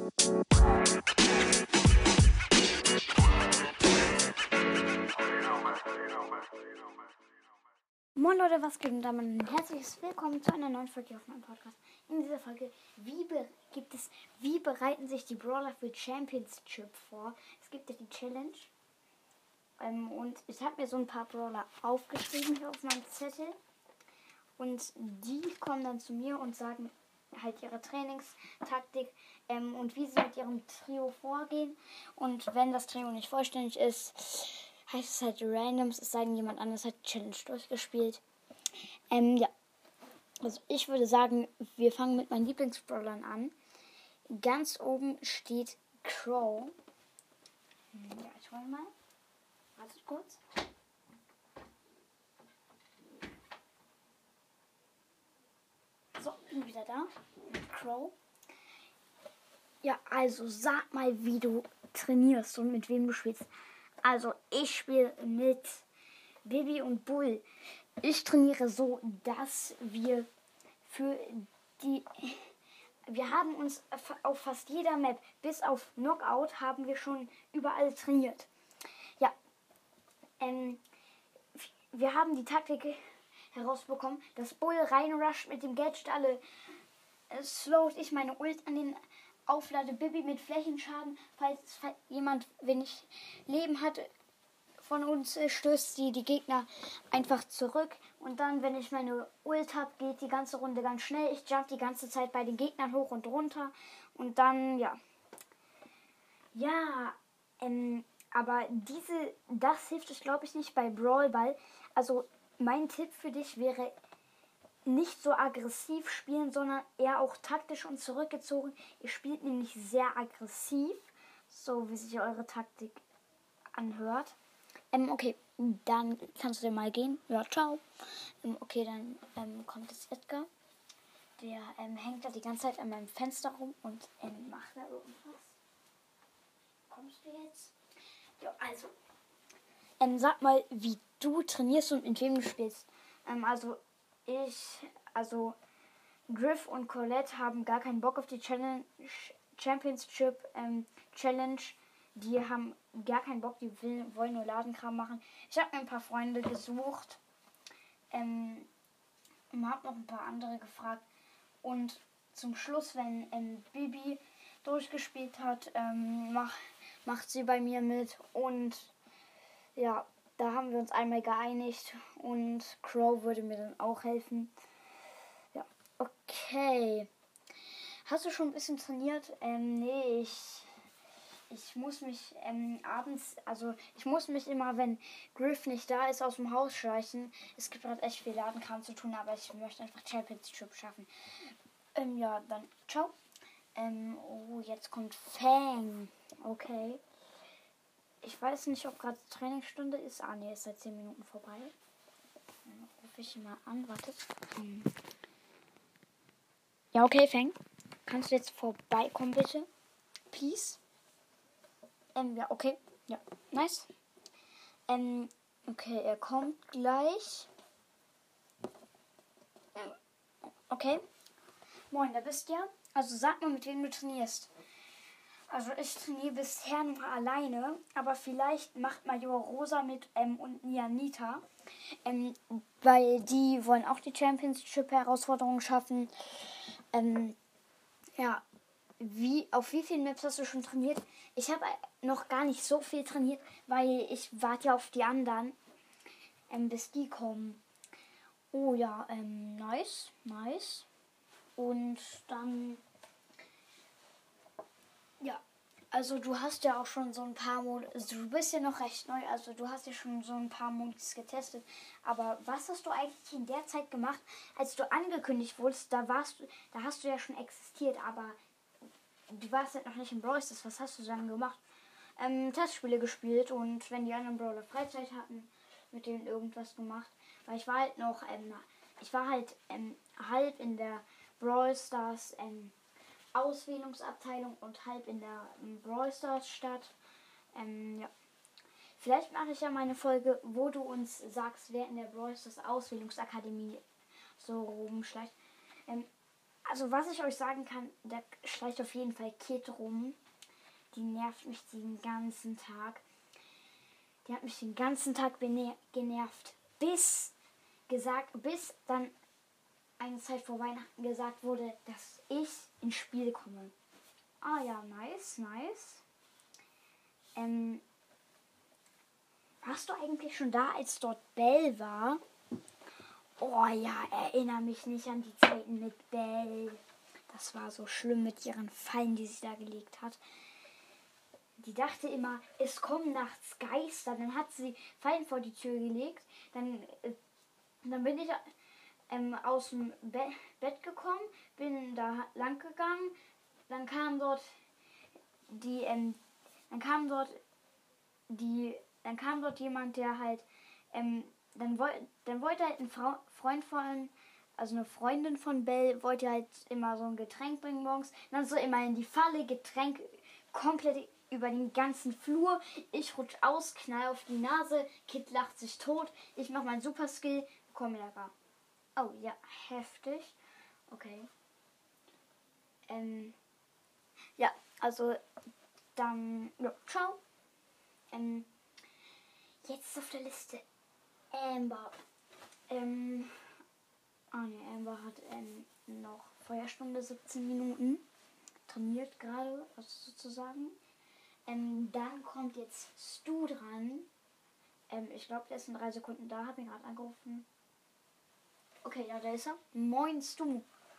Moin Leute, was geht? Und damit ein herzliches Willkommen zu einer neuen Folge auf meinem Podcast. In dieser Folge, wie bereiten sich die Brawler für Championship vor? Es gibt ja die Challenge. Und ich habe mir so ein paar Brawler aufgeschrieben hier auf meinem Zettel. Und die kommen dann zu mir und sagen halt ihre Trainingstaktik und wie sie mit ihrem Trio vorgehen. Und wenn das Trio nicht vollständig ist, heißt es halt Randoms, es sei denn, jemand anderes hat die Challenge durchgespielt. Ja. Also ich würde sagen, wir fangen mit meinen Lieblingsbrawlern an. Ganz oben steht Crow. Ja, ich hole mal. Wartet kurz. So, bin wieder da. Mit Crow. Ja, also sag mal, wie du trainierst und mit wem du spielst. Also ich spiele mit Bibi und Bull. Ich trainiere so, dass wir haben uns auf fast jeder Map, bis auf Knockout, haben wir schon überall trainiert. Ja, wir haben die Taktik herausbekommen, dass Bull reinrusht mit dem Gadget alle slowt ich meine Ult an den auflade Bibi mit Flächenschaden, falls jemand wenig Leben hat von uns, stößt die Gegner einfach zurück. Und dann, wenn ich meine Ult habe, geht die ganze Runde ganz schnell. Ich jump die ganze Zeit bei den Gegnern hoch und runter. Und dann, ja. Ja, aber das hilft euch, glaube ich, nicht bei Brawl Ball. Also, mein Tipp für dich wäre, nicht so aggressiv spielen, sondern eher auch taktisch und zurückgezogen. Ihr spielt nämlich sehr aggressiv, so wie sich eure Taktik anhört. Okay, dann kannst du dir mal gehen. Ja, ciao. Okay, dann kommt jetzt Edgar. Der hängt da die ganze Zeit an meinem Fenster rum und macht da irgendwas. Kommst du jetzt? Ja, also. Sag mal, wie du trainierst und mit wem du spielst. Griff und Colette haben gar keinen Bock auf die Championship Challenge. Die haben gar keinen Bock, die wollen nur Ladenkram machen. Ich habe mir ein paar Freunde gesucht und habe noch ein paar andere gefragt. Und zum Schluss, wenn Bibi durchgespielt hat, macht sie bei mir mit. Und ja, da haben wir uns einmal geeinigt und Crow würde mir dann auch helfen. Ja, okay. Hast du schon ein bisschen trainiert? Nee, ich muss mich ich muss mich immer, wenn Griff nicht da ist, aus dem Haus schleichen. Es gibt gerade echt viel Ladenkram zu tun, aber ich möchte einfach Championship schaffen. Ja, dann ciao. Jetzt kommt Fang. Okay. Ich weiß nicht, ob gerade Trainingsstunde ist. Nee, ist seit 10 Minuten vorbei. Dann rufe ich ihn mal an. Wartet. Ja, okay, Fang. Kannst du jetzt vorbeikommen, bitte? Please? Ja, okay. Ja, nice. Okay, er kommt gleich. Okay. Moin, da bist du ja. Also sag mal, mit wem du trainierst. Also ich trainiere bisher nur alleine, aber vielleicht macht Major Rosa mit und Nianita. Weil die wollen auch die Championship-Herausforderung schaffen. Ja, auf wie vielen Maps hast du schon trainiert? Ich habe noch gar nicht so viel trainiert, weil ich warte ja auf die anderen, bis die kommen. Oh ja, nice. Und dann, ja, also du hast ja auch schon so ein paar Modus, also du bist ja noch recht neu, also du hast ja schon so ein paar Modus getestet. Aber was hast du eigentlich in der Zeit gemacht, als du angekündigt wurdest? Da hast du ja schon existiert, aber du warst halt noch nicht im Brawl Stars. Was hast du dann gemacht? Testspiele gespielt und wenn die anderen Brawler Freizeit hatten, mit denen irgendwas gemacht. Weil ich war halt noch, halb in der Brawl Stars Auswählungsabteilung und halb in der Brawl Stars Stadt. Ja. Vielleicht mache ich ja mal eine Folge, wo du uns sagst, wer in der Brawl Stars Auswählungsakademie so rumschleicht. Also was ich euch sagen kann, da schleicht auf jeden Fall Kit rum. Die nervt mich den ganzen Tag. Die hat mich den ganzen Tag genervt. Bis dann eine Zeit vor Weihnachten gesagt wurde, dass ich ins Spiel komme. Ah ja, nice. Warst du eigentlich schon da, als dort Belle war? Oh ja, erinnere mich nicht an die Zeiten mit Belle. Das war so schlimm mit ihren Fallen, die sie da gelegt hat. Die dachte immer, es kommen nachts Geister. Dann hat sie Fallen vor die Tür gelegt. Dann bin ich aus dem Bett gekommen, bin da lang gegangen. Dann kam dort jemand, der halt dann wollte halt ein Freund von, also eine Freundin von Belle, wollte halt immer so ein Getränk bringen morgens. Und dann so immer in die Falle, Getränk komplett über den ganzen Flur. Ich rutsch aus, knall auf die Nase, Kit lacht sich tot. Ich mach meinen Superskill, komm Ärger. Oh ja, heftig. Okay. Ja, also dann, ja, ciao. Jetzt auf der Liste Amber. Amber hat noch Feuerstunde 17 Minuten. Trainiert gerade, also sozusagen. Dann kommt jetzt Stu dran. Ich glaube, der ist in 3 Sekunden da. Hab ihn gerade angerufen. Okay, ja, da ist er. Moin, Stu.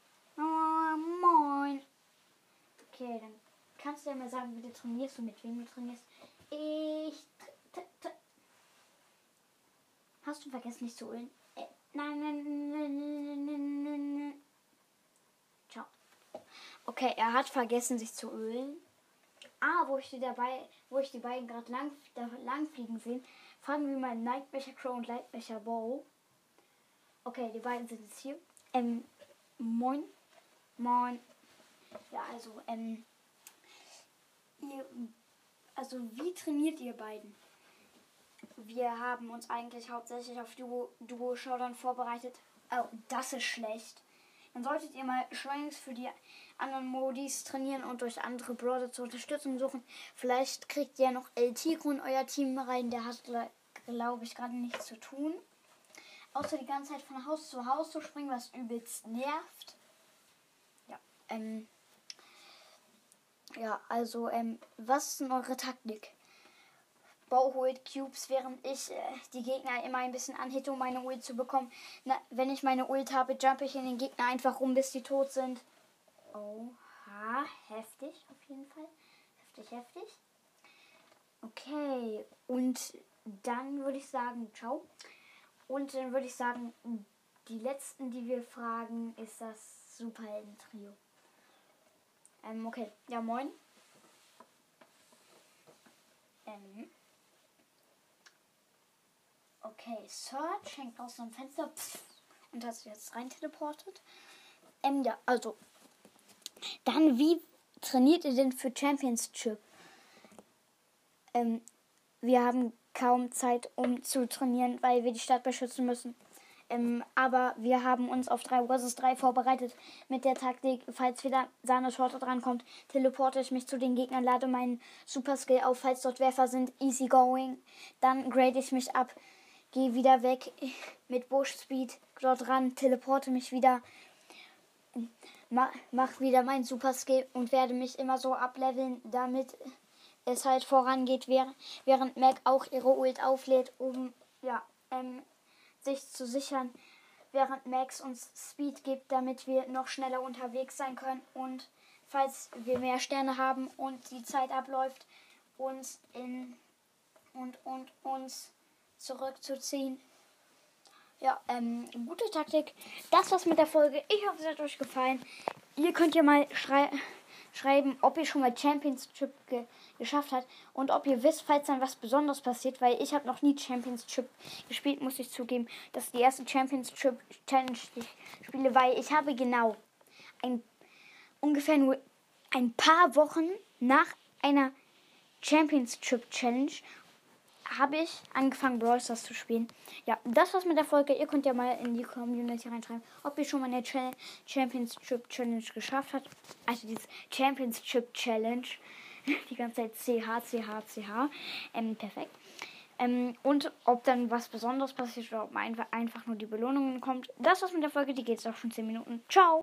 Moin. Okay, dann kannst du ja mal sagen, wie du trainierst und mit wem du trainierst. Hast du vergessen, nicht zu ölen? Nein. Ciao. Okay, er hat vergessen, sich zu ölen. Wo ich die beiden gerade lang fliegen sehen, fragen wir mal Nightmecher Crow und Nightmecher Bow. Okay, die beiden sind jetzt hier. Moin. Ja, also, wie trainiert ihr beiden? Wir haben uns eigentlich hauptsächlich auf Duo-Showdown vorbereitet. Oh, das ist schlecht. Dann solltet ihr mal schleunigst für die anderen Modis trainieren und durch andere Brawler zur Unterstützung suchen. Vielleicht kriegt ihr noch El Tigro in euer Team rein. Der hat, glaube ich, gerade nichts zu tun. Außer die ganze Zeit von Haus zu Haus zu springen, was übelst nervt. Ja, was ist denn eure Taktik? Bow holt Cubes, während ich die Gegner immer ein bisschen anhitte, um meine Ult zu bekommen. Wenn ich meine Ult habe, jumpe ich in den Gegner einfach rum, bis die tot sind. Oha, heftig auf jeden Fall. Heftig. Okay, und dann würde ich sagen, ciao. Und dann würde ich sagen, die letzten, die wir fragen, ist das Superhelden-Trio. Okay, ja, moin. Okay, Search hängt aus so einem Fenster und hat sich jetzt rein teleportet. Ja, also. Dann, wie trainiert ihr denn für Championship? Wir haben kaum Zeit, um zu trainieren, weil wir die Stadt beschützen müssen. Aber wir haben uns auf 3 vs 3 vorbereitet mit der Taktik, falls wieder Sahne-Torte drankommt, teleporte ich mich zu den Gegnern, lade meinen Superskill auf, falls dort Werfer sind, easy going. Dann grade ich mich ab, gehe wieder weg mit Bush Speed dort ran, teleporte mich wieder, mach wieder meinen Superskill und werde mich immer so ableveln, damit es halt vorangeht, während Mac auch ihre Ult auflädt, um sich zu sichern, während Max uns Speed gibt, damit wir noch schneller unterwegs sein können und falls wir mehr Sterne haben und die Zeit abläuft, uns zurückzuziehen. Ja, gute Taktik. Das war's mit der Folge. Ich hoffe, es hat euch gefallen. Ihr könnt ja mal schreiben, ob ihr schon mal Championship geschafft habt und ob ihr wisst, falls dann was Besonderes passiert, weil ich habe noch nie Championship gespielt, muss ich zugeben. Das ist die erste Championship Challenge, die ich spiele, weil ich habe genau ungefähr nur ein paar Wochen nach einer Championship Challenge habe ich angefangen, Brawl Stars zu spielen. Ja, das war's mit der Folge. Ihr könnt ja mal in die Community reinschreiben, ob ihr schon mal eine Championship Challenge geschafft habt. Also dieses Championship Challenge. Die ganze Zeit CH. Perfekt. Und ob dann was Besonderes passiert oder ob einfach nur die Belohnungen kommt. Das war's mit der Folge. Die geht jetzt auch schon 10 Minuten. Ciao!